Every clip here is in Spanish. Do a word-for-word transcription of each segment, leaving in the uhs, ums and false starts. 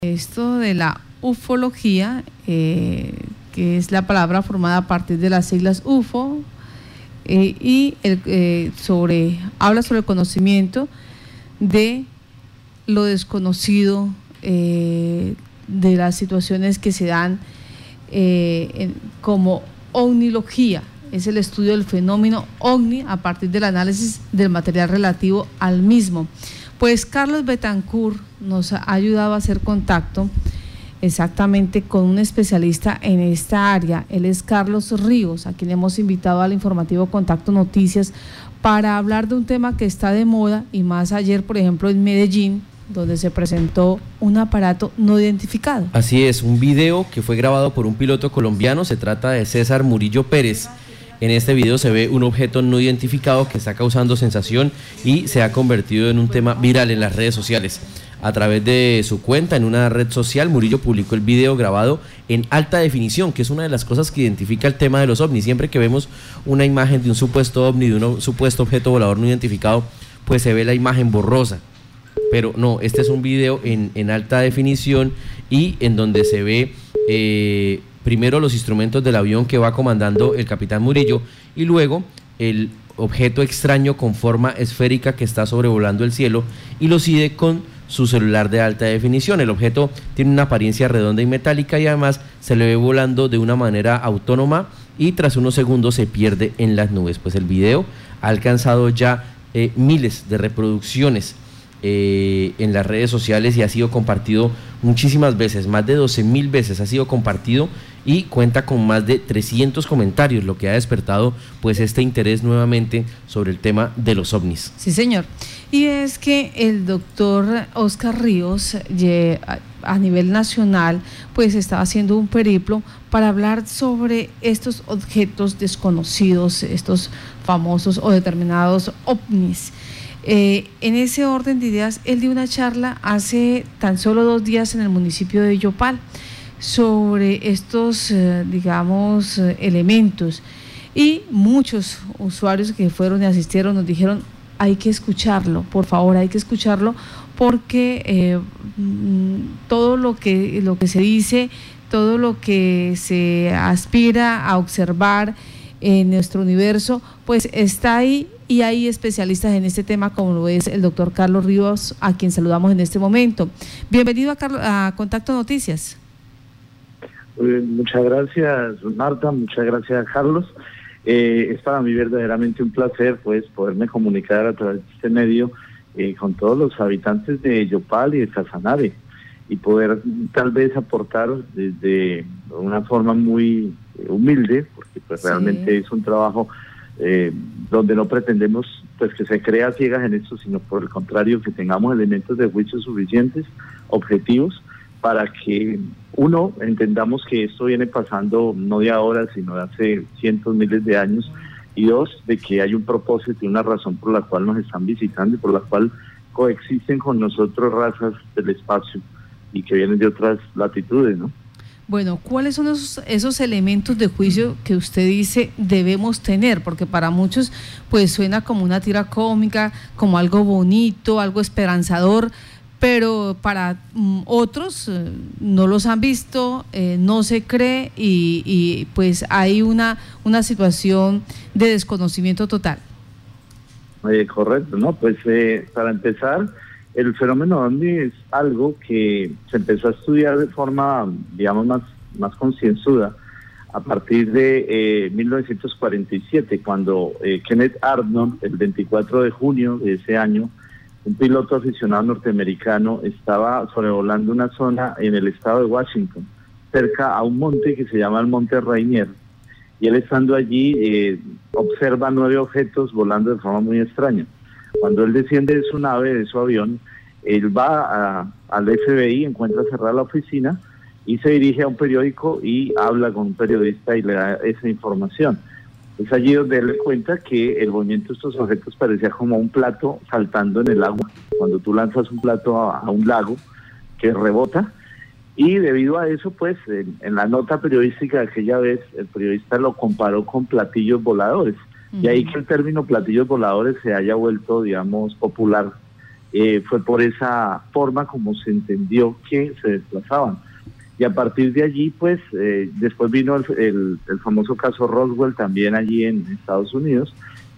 Esto de la ufología, eh, que es la palabra formada a partir de las siglas U F O, eh, y el, eh, sobre, habla sobre el conocimiento de lo desconocido, eh, de las situaciones que se dan eh, en, como ovnilogía. Es el estudio del fenómeno ovni a partir del análisis del material relativo al mismo. Pues Carlos Betancourt nos ha ayudado a hacer contacto exactamente con un especialista en esta área. Él es Carlos Ríos, a quien hemos invitado al informativo Contacto Noticias para hablar de un tema que está de moda, y más ayer, por ejemplo, en Medellín, donde se presentó un aparato no identificado. Así es, un video que fue grabado por un piloto colombiano. Se trata de César Murillo Pérez. En este video se ve un objeto no identificado que está causando sensación y se ha convertido en un tema viral en las redes sociales. A través de su cuenta en una red social, Murillo publicó el video grabado en alta definición, que es una de las cosas que identifica el tema de los ovnis. Siempre que vemos una imagen de un supuesto ovni, de un supuesto objeto volador no identificado, pues se ve la imagen borrosa. Pero no, este es un video en, en alta definición, y en donde se ve eh, primero los instrumentos del avión que va comandando el capitán Murillo, y luego el objeto extraño con forma esférica que está sobrevolando el cielo y lo sigue con su celular de alta definición. El objeto tiene una apariencia redonda y metálica, y además se le ve volando de una manera autónoma, y tras unos segundos se pierde en las nubes. Pues el video ha alcanzado ya eh, miles de reproducciones Eh, en las redes sociales, y ha sido compartido muchísimas veces, más de doce mil veces ha sido compartido, y cuenta con más de trescientos comentarios, lo que ha despertado pues este interés nuevamente sobre el tema de los ovnis. Sí, señor. Y es que el doctor Oscar Ríos, a nivel nacional, pues está haciendo un periplo para hablar sobre estos objetos desconocidos, estos famosos o determinados ovnis. Eh, en ese orden de ideas, él dio una charla hace tan solo dos días en el municipio de Yopal sobre estos, eh, digamos, eh, elementos, y muchos usuarios que fueron y asistieron nos dijeron: hay que escucharlo, por favor, hay que escucharlo, porque eh, todo lo que, lo que se dice, todo lo que se aspira a observar en nuestro universo, pues está ahí, y hay especialistas en este tema, como lo es el doctor Carlos Ríos, a quien saludamos en este momento. Bienvenido a, Carlos, a Contacto Noticias. Eh, muchas gracias, Marta, muchas gracias, Carlos. Eh, es para mí verdaderamente un placer pues poderme comunicar a través de este medio eh, con todos los habitantes de Yopal y de Casanare, y poder tal vez aportar desde una forma muy humilde, porque pues sí, realmente es un trabajo eh, donde no pretendemos pues que se crea ciegas en esto, sino por el contrario, que tengamos elementos de juicio suficientes, objetivos, para que uno, entendamos que esto viene pasando no de ahora, sino de hace cientos, miles de años, y dos, de que hay un propósito y una razón por la cual nos están visitando y por la cual coexisten con nosotros razas del espacio y que vienen de otras latitudes, ¿no? Bueno, ¿cuáles son esos, esos elementos de juicio que usted dice debemos tener? Porque para muchos pues suena como una tira cómica, como algo bonito, algo esperanzador, pero para mm, otros eh, no los han visto, eh, no se cree, y, y pues hay una, una situación de desconocimiento total. Eh, correcto, ¿no? Pues eh, para empezar, el fenómeno ovni es algo que se empezó a estudiar de forma, digamos, más, más concienzuda a partir de eh, mil novecientos cuarenta y siete, cuando eh, Kenneth Arnold, el veinticuatro de junio de ese año, un piloto aficionado norteamericano, estaba sobrevolando una zona en el estado de Washington, cerca a un monte que se llama el Monte Rainier, y él estando allí eh, observa nueve objetos volando de forma muy extraña. Cuando él desciende de su nave, de su avión, él va a, al F B I, encuentra cerrada la oficina y se dirige a un periódico y habla con un periodista y le da esa información. Es allí donde él le cuenta que el movimiento de estos objetos parecía como un plato saltando en el agua, cuando tú lanzas un plato a, a un lago que rebota, y debido a eso, pues, en, en la nota periodística de aquella vez, el periodista lo comparó con platillos voladores. Y ahí que el término platillos voladores se haya vuelto, digamos, popular eh, fue por esa forma como se entendió que se desplazaban. Y a partir de allí, pues, eh, después vino el, el, el famoso caso Roswell también allí en Estados Unidos,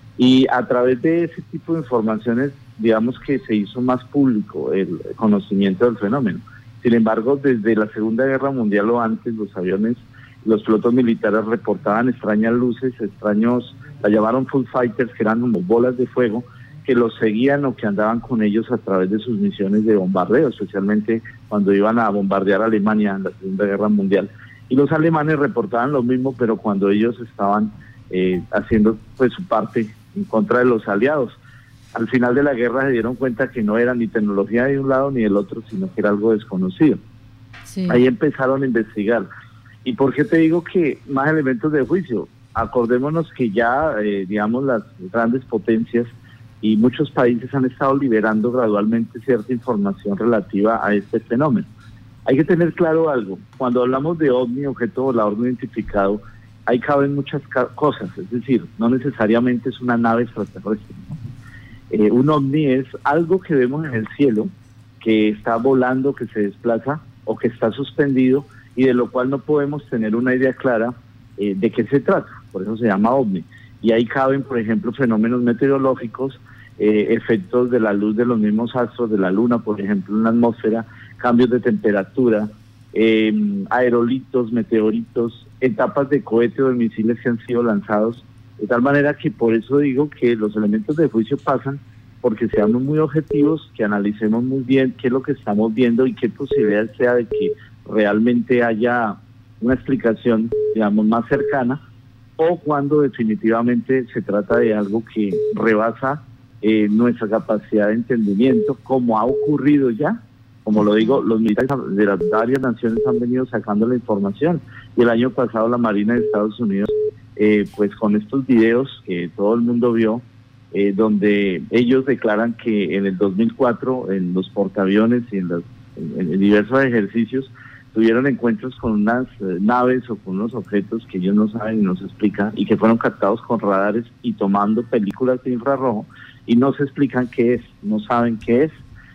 y a través de ese tipo de informaciones, digamos que se hizo más público el conocimiento del fenómeno. Sin embargo, desde la Segunda Guerra Mundial o antes, los aviones, los pilotos militares reportaban extrañas luces, extraños, la llamaron full fighters, que eran como bolas de fuego, que los seguían o que andaban con ellos a través de sus misiones de bombardeo, especialmente cuando iban a bombardear a Alemania en la Segunda Guerra Mundial. Y los alemanes reportaban lo mismo, pero cuando ellos estaban eh, haciendo pues su parte en contra de los aliados. Al final de la guerra se dieron cuenta que no era ni tecnología de un lado ni del otro, sino que era algo desconocido. Sí. Ahí empezaron a investigar. ¿Y por qué te digo que más elementos de juicio? Acordémonos que ya, eh, digamos, las grandes potencias y muchos países han estado liberando gradualmente cierta información relativa a este fenómeno. Hay que tener claro algo, cuando hablamos de ovni, objeto volador no identificado, ahí caben muchas cosas, es decir, no necesariamente es una nave extraterrestre, ¿no? Eh, un ovni es algo que vemos en el cielo, que está volando, que se desplaza o que está suspendido y de lo cual no podemos tener una idea clara eh, de qué se trata, por eso se llama ovni. Y ahí caben, por ejemplo, fenómenos meteorológicos, Eh, efectos de la luz de los mismos astros, de la luna, por ejemplo, en la atmósfera, cambios de temperatura, eh, aerolitos, meteoritos, etapas de cohete o de misiles que han sido lanzados, de tal manera que por eso digo que los elementos de juicio pasan porque seamos muy objetivos, que analicemos muy bien qué es lo que estamos viendo y qué posibilidad sea de que realmente haya una explicación, digamos, más cercana, o cuando definitivamente se trata de algo que rebasa Eh, nuestra capacidad de entendimiento, como ha ocurrido ya. Como lo digo, los militares de las varias naciones han venido sacando la información, y el año pasado la Marina de Estados Unidos, eh, pues con estos videos que todo el mundo vio, eh, donde ellos declaran que en el dos mil cuatro, en los portaaviones y en, las, en, en diversos ejercicios, tuvieron encuentros con unas eh, naves o con unos objetos que ellos no saben y no se explican, y que fueron captados con radares y tomando películas de infrarrojo, y no se explican qué es, no saben qué es,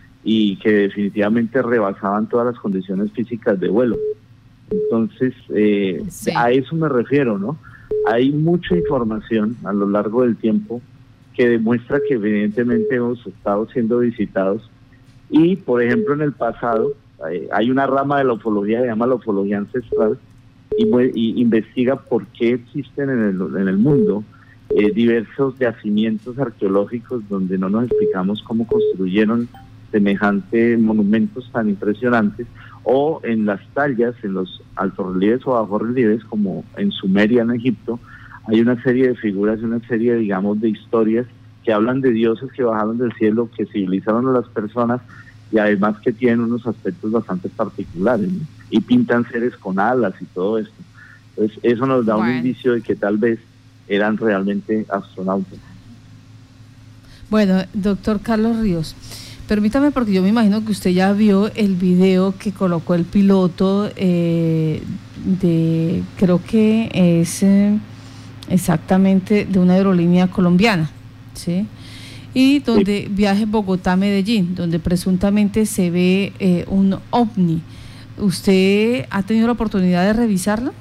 y que definitivamente rebasaban todas las condiciones físicas de vuelo. Entonces, eh, sí. a eso me refiero, ¿no? Hay mucha información a lo largo del tiempo que demuestra que evidentemente hemos estado siendo visitados, y por ejemplo en el pasado eh, hay una rama de la ufología que se llama la ufología ancestral, y, y investiga por qué existen en el, en el mundo Eh, diversos yacimientos arqueológicos donde no nos explicamos cómo construyeron semejantes monumentos tan impresionantes, o en las tallas, en los altorrelieves o bajorrelieves, como en Sumeria, en Egipto, hay una serie de figuras, una serie, digamos, de historias que hablan de dioses que bajaron del cielo, que civilizaron a las personas, y además que tienen unos aspectos bastante particulares, ¿no? Y pintan seres con alas y todo esto. Entonces eso nos da bueno. un indicio de que tal vez eran realmente astronautas. Bueno, doctor Carlos Ríos, permítame, porque yo me imagino que usted ya vio el video que colocó el piloto eh, de, creo que es eh, exactamente de una aerolínea colombiana, ¿sí? Y donde sí. viaje Bogotá-Medellín, donde presuntamente se ve eh, un ovni. ¿Usted ha tenido la oportunidad de revisarlo?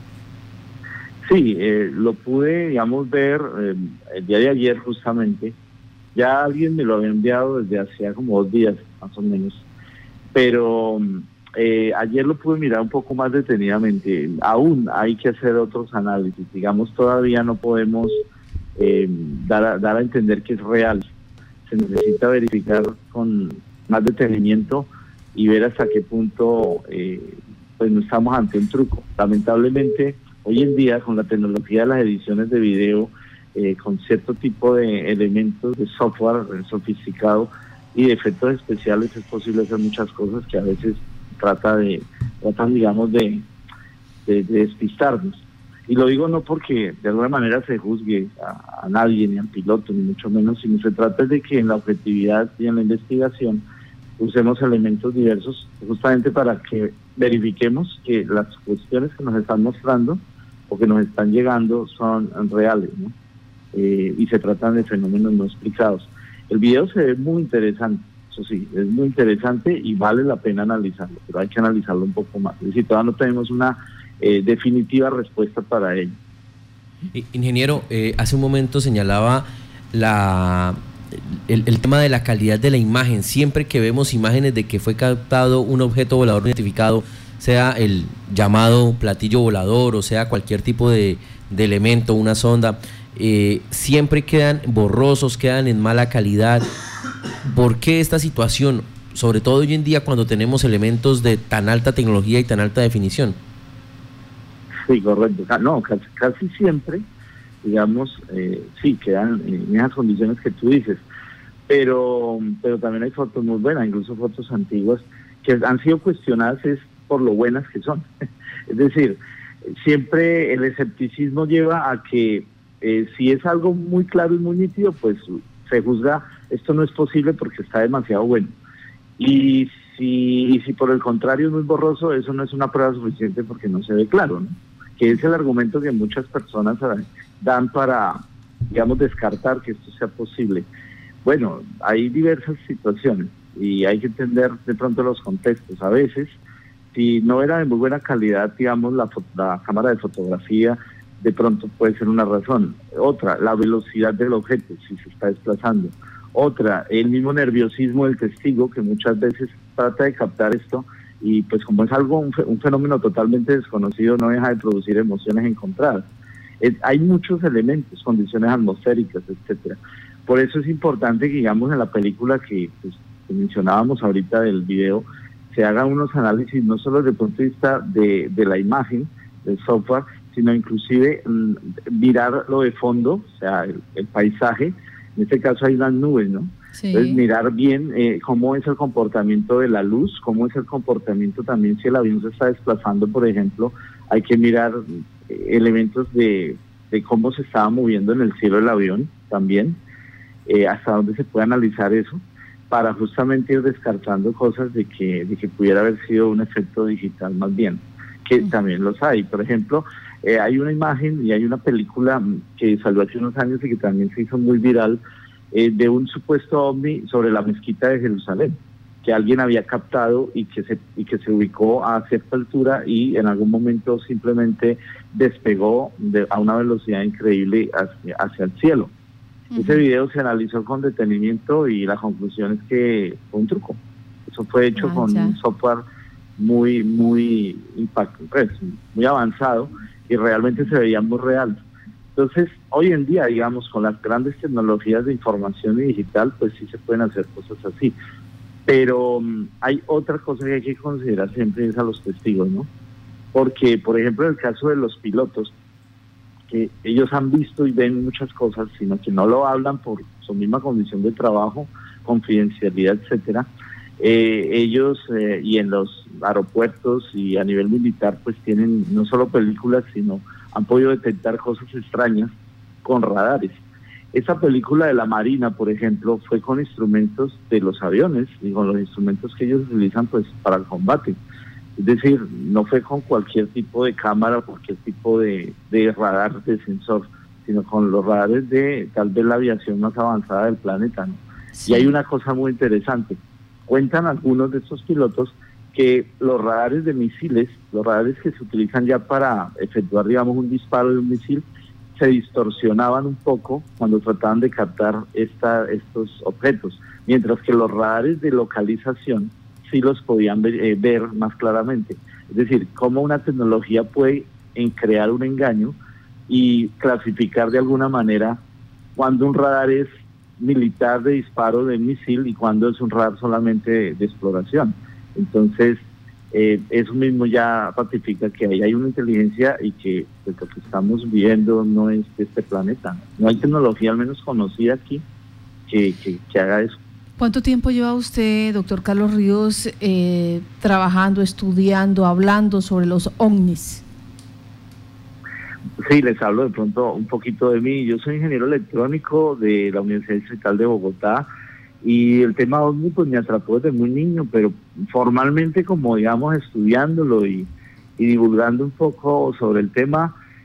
Sí, eh, lo pude, digamos, ver eh, el día de ayer justamente. Ya alguien me lo había enviado desde hacía como dos días, más o menos. Pero eh, ayer lo pude mirar un poco más detenidamente. Aún hay que hacer otros análisis. Digamos, todavía no podemos eh, dar, a, dar a entender que es real. Se necesita verificar con más detenimiento y ver hasta qué punto eh, pues no estamos ante un truco. Lamentablemente, hoy en día, con la tecnología de las ediciones de video, eh, con cierto tipo de elementos de software eh, sofisticado y de efectos especiales, es posible hacer muchas cosas que a veces trata de, tratan, digamos, de, de, de despistarnos. Y lo digo no porque de alguna manera se juzgue a, a nadie, ni al piloto, ni mucho menos, sino se trata de que en la objetividad y en la investigación usemos elementos diversos justamente para que verifiquemos que las cuestiones que nos están mostrando o que nos están llegando son reales, ¿no? Eh, y se tratan de fenómenos no explicados. El video se ve muy interesante, eso sí, es muy interesante y vale la pena analizarlo, pero hay que analizarlo un poco más. Es decir, todavía no tenemos una eh, definitiva respuesta para ello. Ingeniero, eh, hace un momento señalaba la... El, el tema de la calidad de la imagen. Siempre que vemos imágenes de que fue captado un objeto volador no identificado, sea el llamado platillo volador o sea cualquier tipo de, de elemento, una sonda, eh, siempre quedan borrosos, quedan en mala calidad. ¿Por qué esta situación? Sobre todo hoy en día cuando tenemos elementos de tan alta tecnología y tan alta definición. Sí, correcto. No, casi, casi siempre, digamos, eh, sí, quedan en esas condiciones que tú dices, pero pero también hay fotos muy buenas, incluso fotos antiguas, que han sido cuestionadas es por lo buenas que son. Es decir, siempre el escepticismo lleva a que eh, si es algo muy claro y muy nítido, pues se juzga, esto no es posible porque está demasiado bueno. Y si, y si por el contrario es muy borroso, eso no es una prueba suficiente porque no se ve claro, ¿no? Que es el argumento que muchas personas dan para, digamos, descartar que esto sea posible. Bueno, hay diversas situaciones y hay que entender de pronto los contextos. A veces, si no era de muy buena calidad, digamos, la, la cámara de fotografía, de pronto puede ser una razón. Otra, la velocidad del objeto, si se está desplazando. Otra, el mismo nerviosismo del testigo, que muchas veces trata de captar esto, y pues como es algo, un, un fenómeno totalmente desconocido, no deja de producir emociones encontradas. Es, hay muchos elementos, condiciones atmosféricas, etcétera. Por eso es importante que, digamos, en la película que, pues, que mencionábamos ahorita del video, se hagan unos análisis no solo desde el punto de vista de, de la imagen, del software, sino inclusive mmm, mirar lo de fondo, o sea, el, el paisaje. En este caso hay unas nubes, ¿no? Sí. Entonces mirar bien eh, cómo es el comportamiento de la luz, cómo es el comportamiento también si el avión se está desplazando, por ejemplo, hay que mirar eh, elementos de, de cómo se estaba moviendo en el cielo el avión también, eh, hasta dónde se puede analizar eso, para justamente ir descartando cosas de que, de que pudiera haber sido un efecto digital más bien, que sí. También los hay. Por ejemplo, eh, hay una imagen y hay una película que salió hace unos años y que también se hizo muy viral, eh, de un supuesto ovni sobre la mezquita de Jerusalén, que alguien había captado y que se y que se ubicó a cierta altura y en algún momento simplemente despegó de, a una velocidad increíble hacia, hacia el cielo. Uh-huh. Ese video se analizó con detenimiento y la conclusión es que fue un truco. Eso fue hecho ah, con ya. un software muy, muy impacto, pues, muy avanzado y realmente se veía muy real. Entonces, hoy en día, digamos, con las grandes tecnologías de información y digital, pues sí se pueden hacer cosas así. Pero um, hay otra cosa que hay que considerar siempre, es a los testigos, ¿no? Porque, por ejemplo, en el caso de los pilotos, que ellos han visto y ven muchas cosas, sino que no lo hablan por su misma condición de trabajo, confidencialidad, etcétera. Eh, ellos eh, y en los aeropuertos y a nivel militar, pues tienen no solo películas, sino han podido detectar cosas extrañas con radares. Esa película de la Marina, por ejemplo, fue con instrumentos de los aviones y con los instrumentos que ellos utilizan pues para el combate. Es decir, no fue con cualquier tipo de cámara o cualquier tipo de, de radar, de sensor, sino con los radares de tal vez la aviación más avanzada del planeta, ¿no? Sí. Y hay una cosa muy interesante. Cuentan algunos de estos pilotos que los radares de misiles, los radares que se utilizan ya para efectuar, digamos, un disparo de un misil, se distorsionaban un poco cuando trataban de captar esta, estos objetos, mientras que los radares de localización sí los podían ver, eh, ver más claramente. Es decir, cómo una tecnología puede en crear un engaño y clasificar de alguna manera cuando un radar es militar de disparo de misil y cuando es un radar solamente de, de exploración. Entonces, eh, eso mismo ya ratifica que ahí hay una inteligencia y que pues, lo que estamos viendo no es de este planeta. No hay tecnología al menos conocida aquí que, que, que haga eso. ¿Cuánto tiempo lleva usted, doctor Carlos Ríos, eh, trabajando, estudiando, hablando sobre los ovnis? Sí, les hablo de pronto un poquito de mí. Yo soy ingeniero electrónico de la Universidad Distrital de Bogotá y el tema ovni pues me atrapó desde muy niño, pero formalmente como digamos estudiándolo y, y divulgando un poco sobre el tema,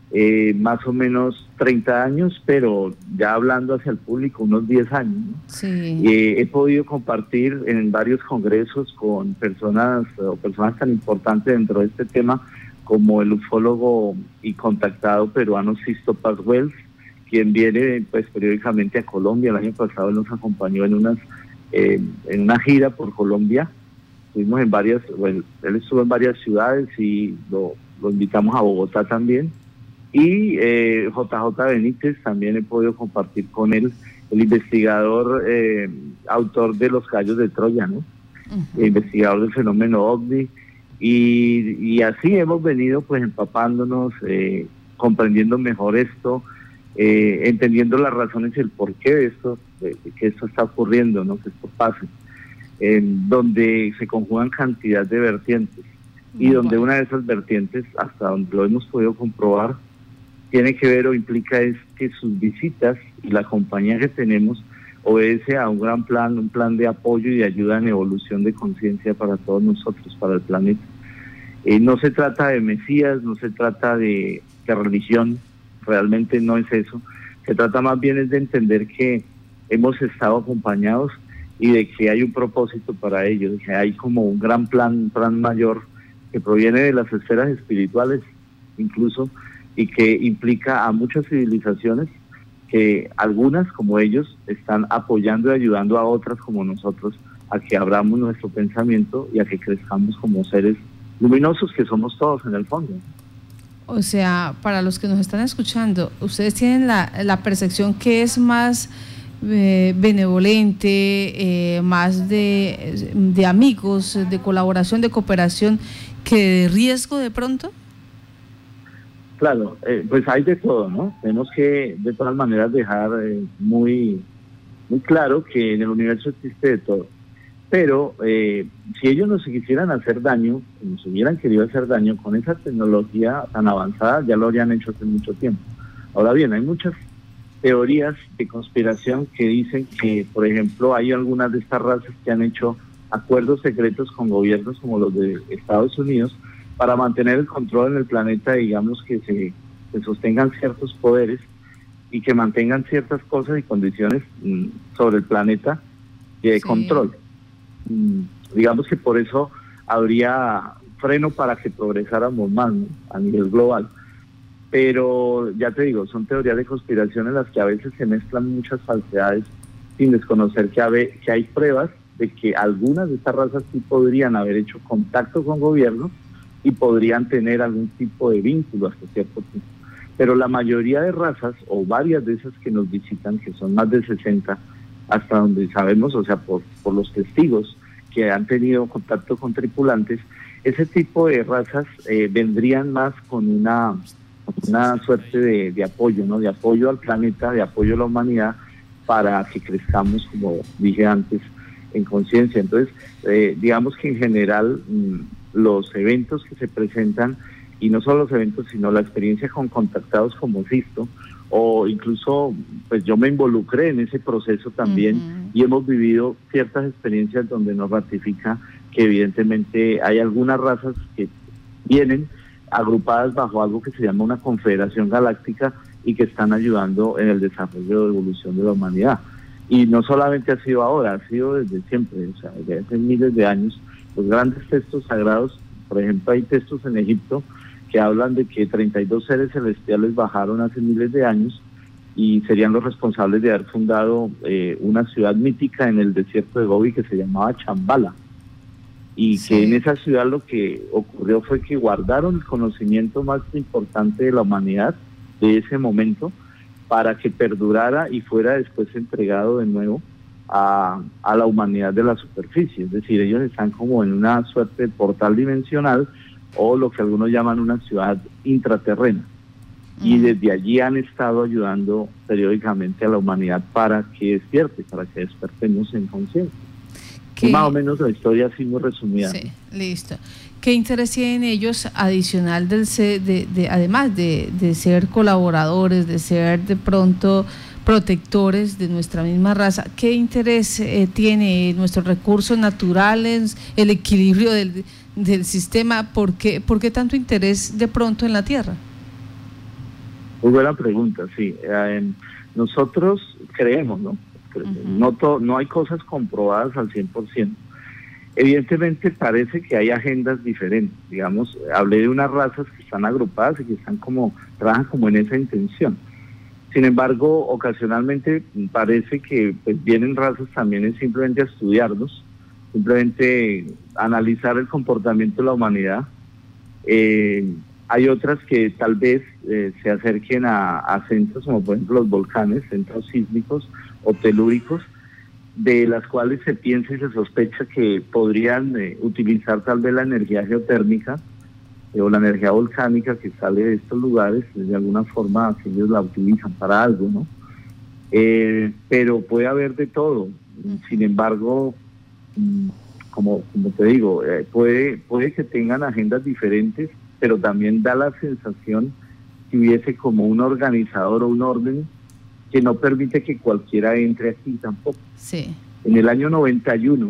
eh, más o menos treinta años, pero ya hablando hacia el público, unos diez años, ¿no? Sí. Eh, he podido compartir en varios congresos con personas o personas tan importantes dentro de este tema como el ufólogo y contactado peruano Sisto Paz Wells, quien viene pues periódicamente a Colombia. El año pasado él nos acompañó en unas eh, en una gira por Colombia. Estuvimos en varias, bueno, él estuvo en varias ciudades y lo, lo invitamos a Bogotá también. Y eh, J J Benítez, también he podido compartir con él, el investigador, eh, autor de Los Gallos de Troya, ¿no? Uh-huh. Investigador del fenómeno OVNI. Y, y así hemos venido pues empapándonos, eh, comprendiendo mejor esto, eh, entendiendo las razones y el porqué de esto, de, de que esto está ocurriendo, ¿no? Que esto pase, eh, donde se conjugan cantidad de vertientes y donde una de esas vertientes, hasta donde lo hemos podido comprobar, tiene que ver o implica es que sus visitas y la compañía que tenemos obedece a un gran plan, un plan de apoyo y de ayuda en evolución de conciencia para todos nosotros, para el planeta. Eh, no se trata de mesías, no se trata de, de religión, realmente no es eso. Se trata más bien es de entender que hemos estado acompañados y de que hay un propósito para ello, de que hay como un gran plan, un plan mayor que proviene de las esferas espirituales incluso, y que implica a muchas civilizaciones, que algunas como ellos están apoyando y ayudando a otras como nosotros a que abramos nuestro pensamiento y a que crezcamos como seres luminosos que somos todos en el fondo. O sea, para los que nos están escuchando, ustedes tienen la, la percepción que es más eh, benevolente, eh, más de, de amigos, de colaboración, de cooperación, que de riesgo de pronto. Claro, eh, pues hay de todo, ¿no? Tenemos que de todas maneras dejar eh, muy, muy claro que en el universo existe de todo. Pero eh, si ellos nos quisieran hacer daño, nos hubieran querido hacer daño con esa tecnología tan avanzada, ya lo habrían hecho hace mucho tiempo. Ahora bien, hay muchas teorías de conspiración que dicen que, por ejemplo, hay algunas de estas razas que han hecho acuerdos secretos con gobiernos como los de Estados Unidos para mantener el control en el planeta, digamos que se, se sostengan ciertos poderes y que mantengan ciertas cosas y condiciones mmm, sobre el planeta de sí. control. Mm, digamos que por eso habría freno para que progresáramos más, ¿no? A nivel global. Pero ya te digo, son teorías de conspiración en las que a veces se mezclan muchas falsedades sin desconocer que, habe, que hay pruebas de que algunas de estas razas sí podrían haber hecho contacto con gobiernos y podrían tener algún tipo de vínculo hasta cierto punto. Pero la mayoría de razas, o varias de esas que nos visitan, que son más de sesenta, hasta donde sabemos, o sea, por, por los testigos que han tenido contacto con tripulantes, ese tipo de razas eh, vendrían más con una, una suerte de, de apoyo, ¿no? De apoyo al planeta, de apoyo a la humanidad, para que crezcamos, como dije antes, en conciencia. Entonces, eh, digamos que en general mmm, los eventos que se presentan, y no solo los eventos, sino la experiencia con contactados como Sisto, o incluso, pues yo me involucré en ese proceso también, uh-huh. y hemos vivido ciertas experiencias donde nos ratifica que evidentemente hay algunas razas que vienen agrupadas bajo algo que se llama una confederación galáctica y que están ayudando en el desarrollo de evolución de la humanidad. Y no solamente ha sido ahora, ha sido desde siempre, o sea, desde hace miles de años. Los grandes textos sagrados, por ejemplo, hay textos en Egipto que hablan de que treinta y dos seres celestiales bajaron hace miles de años y serían los responsables de haber fundado eh, una ciudad mítica en el desierto de Gobi que se llamaba Chambala. Y sí. que en esa ciudad lo que ocurrió fue que guardaron el conocimiento más importante de la humanidad de ese momento para que perdurara y fuera después entregado de nuevo a, a la humanidad de la superficie. Es decir, ellos están como en una suerte de portal dimensional, o lo que algunos llaman una ciudad intraterrena. Mm. Y desde allí han estado ayudando periódicamente a la humanidad para que despierte, para que despertemos en conciencia. Y más o menos la historia así muy resumida. Sí, listo. ¿Qué interés tienen ellos adicional del de, de además de, de ser colaboradores, de ser de pronto protectores de nuestra misma raza? ¿Qué interés eh, tiene nuestros recursos naturales, el equilibrio del, del sistema? ¿Por qué, ¿Por qué tanto interés de pronto en la Tierra? Muy buena pregunta, sí. Eh, nosotros creemos, ¿no? Uh-huh. No, to, no hay cosas comprobadas al cien por ciento. Evidentemente parece que hay agendas diferentes. Digamos, hablé de unas razas que están agrupadas y que están como, trabajan como en esa intención. Sin embargo, ocasionalmente parece que pues, vienen razas también es simplemente a estudiarnos, simplemente analizar el comportamiento de la humanidad. Eh, hay otras que tal vez eh, se acerquen a, a centros como por ejemplo los volcanes, centros sísmicos o telúricos, de las cuales se piensa y se sospecha que podrían eh, utilizar tal vez la energía geotérmica eh, o la energía volcánica que sale de estos lugares, de alguna forma que ellos la utilizan para algo, ¿no? Eh, pero puede haber de todo. Sin embargo, como, como te digo, eh, puede, puede que tengan agendas diferentes, pero también da la sensación que hubiese como un organizador o un orden que no permite que cualquiera entre aquí tampoco. Sí. En el año noventa y uno,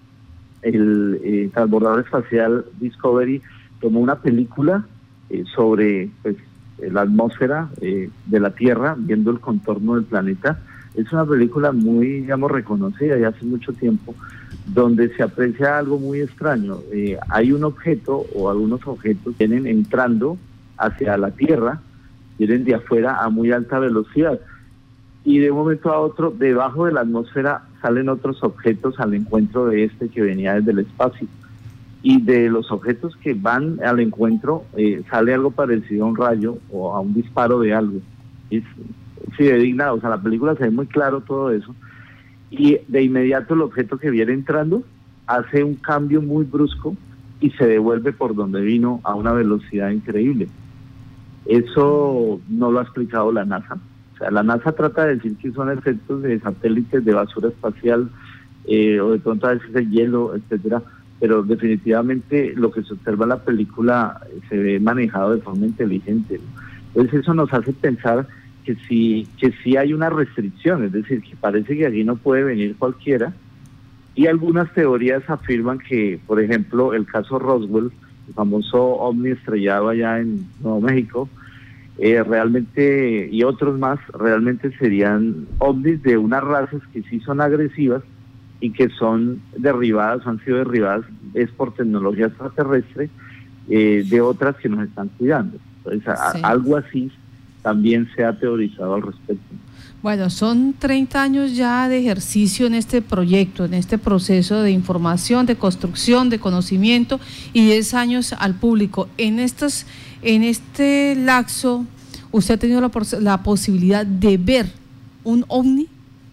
el eh, transbordador espacial Discovery tomó una película eh, sobre pues, la atmósfera eh, de la Tierra, viendo el contorno del planeta. Es una película muy, digamos, reconocida ya hace mucho tiempo, donde se aprecia algo muy extraño. Eh, hay un objeto o algunos objetos vienen entrando hacia la Tierra, vienen de afuera a muy alta velocidad. Y de un momento a otro, debajo de la atmósfera salen otros objetos al encuentro de este que venía desde el espacio. Y de los objetos que van al encuentro, eh, sale algo parecido a un rayo o a un disparo de algo. Es fidedigna, o sea, la película se ve muy claro todo eso. Y de inmediato el objeto que viene entrando hace un cambio muy brusco y se devuelve por donde vino a una velocidad increíble. Eso no lo ha explicado la NASA. O sea, la NASA trata de decir que son efectos de satélites de basura espacial eh, o de pronto a veces de hielo, etcétera, pero definitivamente lo que se observa en la película se ve manejado de forma inteligente. Entonces eso nos hace pensar que sí, que sí hay una restricción, es decir, que parece que allí no puede venir cualquiera, y algunas teorías afirman que, por ejemplo, el caso Roswell, el famoso ovni estrellado allá en Nuevo México, eh, realmente, y otros más, realmente serían ovnis de unas razas que sí son agresivas y que son derribadas, han sido derribadas, es por tecnología extraterrestre, eh, de otras que nos están cuidando. Entonces, a, sí. algo así también se ha teorizado al respecto. Bueno, son treinta años ya de ejercicio en este proyecto, en este proceso de información, de construcción, de conocimiento, y diez años al público. En estos, en este lapso, ¿usted ha tenido la, la posibilidad de ver un ovni?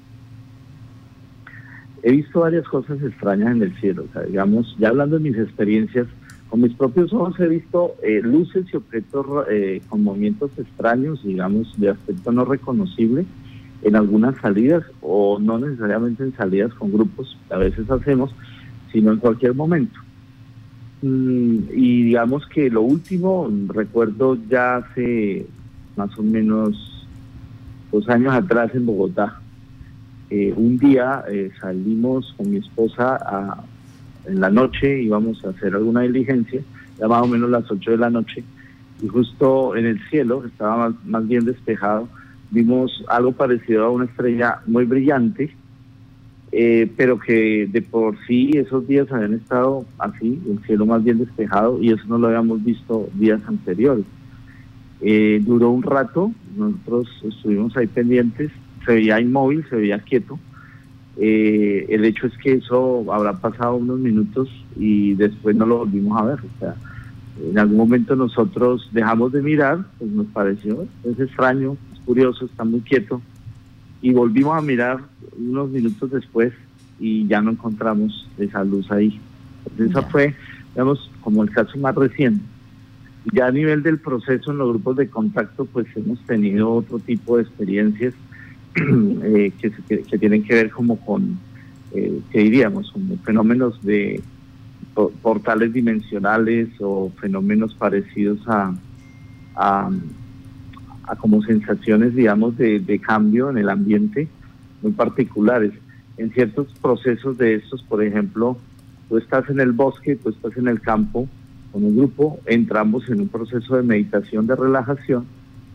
He visto varias cosas extrañas en el cielo, o sea, digamos, ya hablando de mis experiencias, con mis propios ojos he visto eh, luces y objetos eh, con movimientos extraños, digamos, de aspecto no reconocible, en algunas salidas, o no necesariamente en salidas con grupos que a veces hacemos, sino en cualquier momento. Mm, y digamos que lo último, recuerdo ya hace más o menos dos años atrás en Bogotá, eh, un día eh, salimos con mi esposa a... en la noche íbamos a hacer alguna diligencia, ya más o menos las ocho de la noche, y justo en el cielo, estaba más, más bien despejado, vimos algo parecido a una estrella muy brillante, eh, pero que de por sí esos días habían estado así, el cielo más bien despejado, y eso no lo habíamos visto días anteriores. Eh, duró un rato, nosotros estuvimos ahí pendientes, se veía inmóvil, se veía quieto. Eh, el hecho es que eso habrá pasado unos minutos y después no lo volvimos a ver. O sea, en algún momento nosotros dejamos de mirar, pues nos pareció, es extraño, es curioso, está muy quieto, y volvimos a mirar unos minutos después y ya no encontramos esa luz ahí. Entonces, esa fue, digamos, como el caso más reciente. Ya a nivel del proceso en los grupos de contacto, pues hemos tenido otro tipo de experiencias Eh, que, que, que tienen que ver como con, eh, ¿qué diríamos? Como fenómenos de po portales dimensionales o fenómenos parecidos a, a, a como sensaciones, digamos, de, de cambio en el ambiente muy particulares. En ciertos procesos de estos, por ejemplo, tú estás en el bosque, tú estás en el campo con un grupo, entramos en un proceso de meditación, de relajación,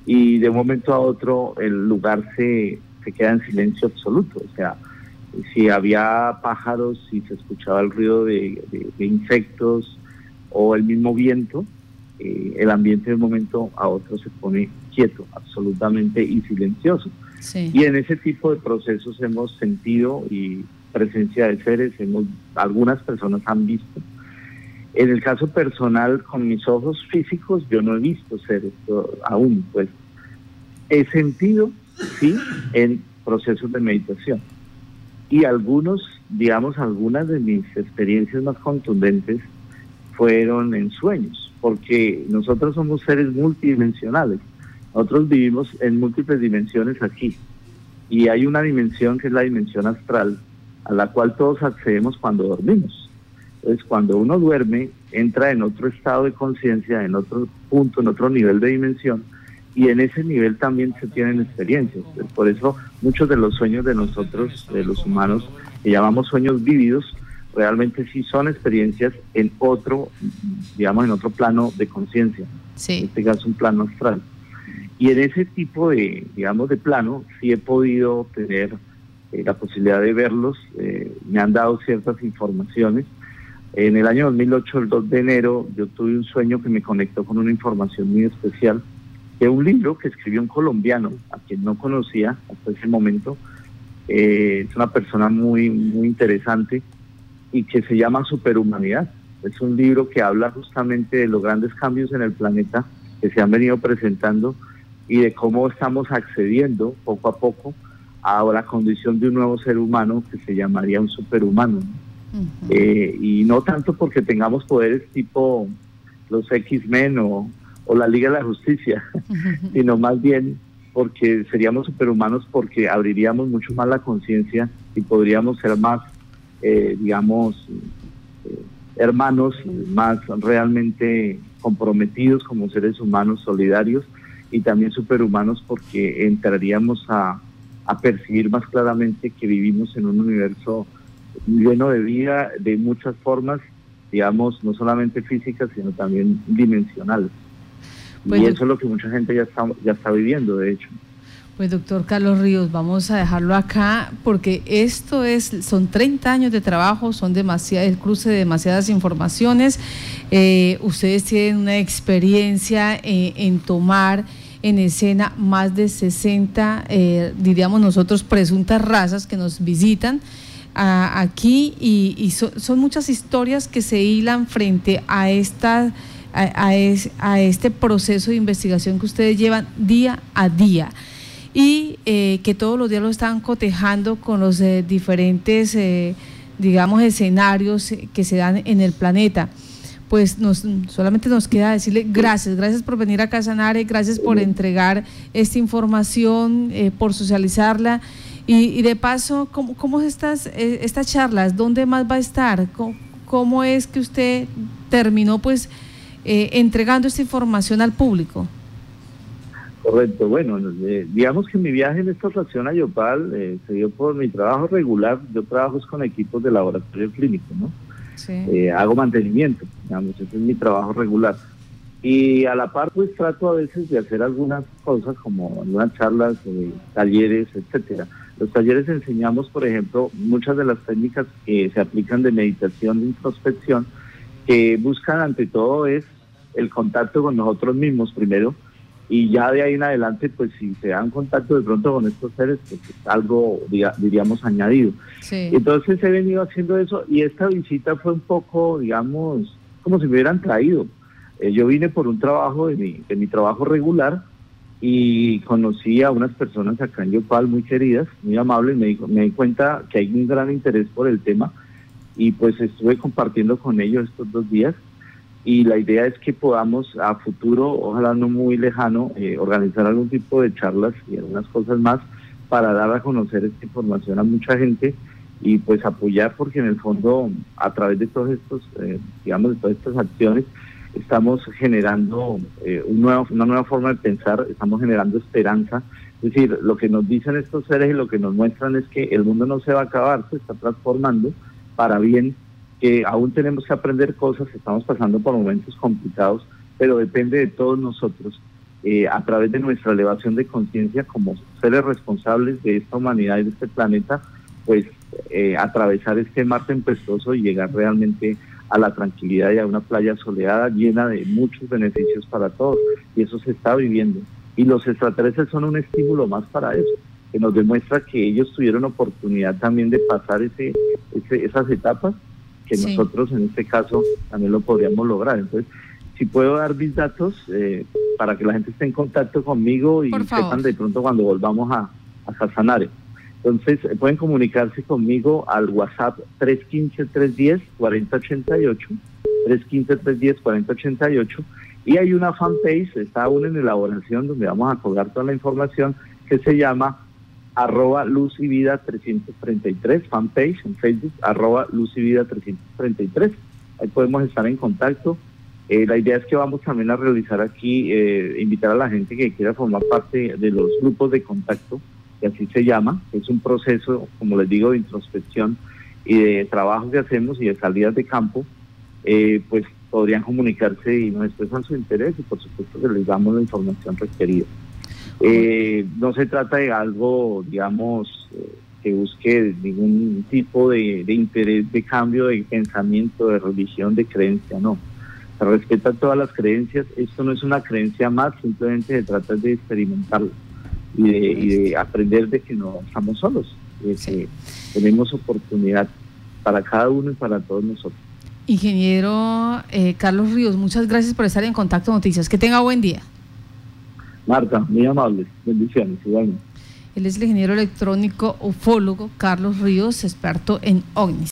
y de un momento a otro el lugar se, se queda en silencio absoluto. O sea, si había pájaros, si se escuchaba el ruido de, de, de insectos o el mismo viento, eh, el ambiente de un momento a otro se pone quieto, absolutamente y silencioso. Sí. Y en ese tipo de procesos hemos sentido y presencia de seres, hemos, algunas personas han visto. En el caso personal, con mis ojos físicos, yo no he visto seres aún, pues he sentido, sí, en procesos de meditación. Y algunos, digamos, algunas de mis experiencias más contundentes fueron en sueños, porque nosotros somos seres multidimensionales. Nosotros vivimos en múltiples dimensiones aquí, y hay una dimensión que es la dimensión astral, a la cual todos accedemos cuando dormimos. Entonces, cuando uno duerme, entra en otro estado de conciencia, en otro punto, en otro nivel de dimensión, y en ese nivel también se tienen experiencias. Por eso muchos de los sueños de nosotros, de los humanos, que llamamos sueños vívidos, realmente sí son experiencias en otro, digamos, en otro plano de conciencia. Sí. En este caso un plano astral. Y en ese tipo de, digamos, de plano, sí he podido tener eh, la posibilidad de verlos. Eh, me han dado ciertas informaciones. En el año dos mil ocho, el dos de enero, yo tuve un sueño que me conectó con una información muy especial, de un libro que escribió un colombiano, a quien no conocía hasta ese momento. Eh, es una persona muy, muy interesante y que se llama Superhumanidad. Es un libro que habla justamente de los grandes cambios en el planeta que se han venido presentando y de cómo estamos accediendo poco a poco a la condición de un nuevo ser humano que se llamaría un superhumano. Uh-huh. eh, y no tanto porque tengamos poderes tipo los X-Men o, o la Liga de la Justicia, uh-huh. sino más bien porque seríamos superhumanos porque abriríamos mucho más la conciencia y podríamos ser más, eh, digamos, eh, hermanos, más realmente comprometidos como seres humanos, solidarios, y también superhumanos porque entraríamos a, a percibir más claramente que vivimos en un universo lleno de vida, de muchas formas, digamos, no solamente físicas, sino también dimensionales. Pues, y eso es lo que mucha gente ya está, ya está viviendo, de hecho. Pues doctor Carlos Ríos, vamos a dejarlo acá porque esto es, son treinta años de trabajo, son demasiadas, el cruce de demasiadas informaciones. Eh, ustedes tienen una experiencia eh, en tomar en escena más de sesenta, eh, diríamos nosotros, presuntas razas que nos visitan a, aquí y, y so, son muchas historias que se hilan frente a esta a, a, es, a este proceso de investigación que ustedes llevan día a día y eh, que todos los días lo están cotejando con los eh, diferentes, eh, digamos, escenarios que se dan en el planeta. Pues nos, solamente nos queda decirle gracias, gracias por venir acá a Sanare, gracias por entregar esta información, eh, por socializarla y, y de paso, ¿cómo, cómo es estas, eh, estas charlas? ¿Dónde más va a estar? ¿Cómo, cómo es que usted terminó pues eh, entregando esta información al público? Correcto, bueno, eh, digamos que mi viaje en esta ocasión a Yopal eh, se dio por mi trabajo regular. Yo trabajo con equipos de laboratorio clínico, ¿no? Sí. Eh, hago mantenimiento, digamos, ese es mi trabajo regular. Y a la par, pues trato a veces de hacer algunas cosas como algunas charlas, eh, talleres, etcétera. Los talleres enseñamos, por ejemplo, muchas de las técnicas que se aplican de meditación, de introspección, que buscan ante todo es el contacto con nosotros mismos primero, y ya de ahí en adelante, pues si se dan contacto de pronto con estos seres, pues es algo, diríamos, añadido. Sí. Entonces he venido haciendo eso y esta visita fue un poco, digamos, como si me hubieran traído. Eh, yo vine por un trabajo de mi, de mi trabajo regular y conocí a unas personas acá en Yopal muy queridas, muy amables, me, dijo, me di cuenta que hay un gran interés por el tema y pues estuve compartiendo con ellos estos dos días. Y la idea es que podamos a futuro, ojalá no muy lejano, eh, organizar algún tipo de charlas y algunas cosas más para dar a conocer esta información a mucha gente y pues apoyar, porque en el fondo a través de todos estos, eh, digamos, de todas estas acciones estamos generando eh, un nuevo, una nueva forma de pensar, estamos generando esperanza. Es decir, lo que nos dicen estos seres y lo que nos muestran es que el mundo no se va a acabar, se está transformando para bien, que aún tenemos que aprender cosas, estamos pasando por momentos complicados, pero depende de todos nosotros eh, a través de nuestra elevación de conciencia como seres responsables de esta humanidad y de este planeta, pues eh, atravesar este mar tempestuoso y llegar realmente a la tranquilidad y a una playa soleada llena de muchos beneficios para todos, y eso se está viviendo. Y los extraterrestres son un estímulo más para eso, que nos demuestra que ellos tuvieron oportunidad también de pasar ese, ese esas etapas, que sí. Nosotros en este caso también lo podríamos lograr. Entonces, si puedo dar mis datos eh, para que la gente esté en contacto conmigo y sepan de pronto cuando volvamos a, a Casanare. Entonces, eh, pueden comunicarse conmigo al WhatsApp tres uno cinco, tres uno cero, cuatro cero ocho ocho, tres uno cinco, tres uno cero, cuatro cero ocho ocho, y hay una fanpage, está aún en elaboración, donde vamos a colgar toda la información, que se llama arroba luz y vida trescientos treinta y tres, fanpage en Facebook, arroba luz y vida trescientos treinta y tres. Ahí podemos estar en contacto. Eh, la idea es que vamos también a realizar aquí, eh, invitar a la gente que quiera formar parte de los grupos de contacto, que así se llama. Es un proceso, como les digo, de introspección y de trabajo que hacemos y de salidas de campo. Eh, pues podrían comunicarse y nos expresan su interés, y por supuesto que les damos la información requerida. Eh, no se trata de algo, digamos, eh, que busque ningún tipo de, de interés, de cambio de pensamiento, de religión, de creencia, no. Se respetan todas las creencias. Esto no es una creencia más, simplemente se trata de experimentarlo y de, y de aprender de que no estamos solos, de que sí. Tenemos oportunidad para cada uno y para todos nosotros. Ingeniero eh, Carlos Ríos, muchas gracias por estar en Contacto Noticias. Que tenga buen día. Marta, muy amable. Bendiciones. Igualmente. Él es el ingeniero electrónico ufólogo Carlos Ríos, experto en ovnis.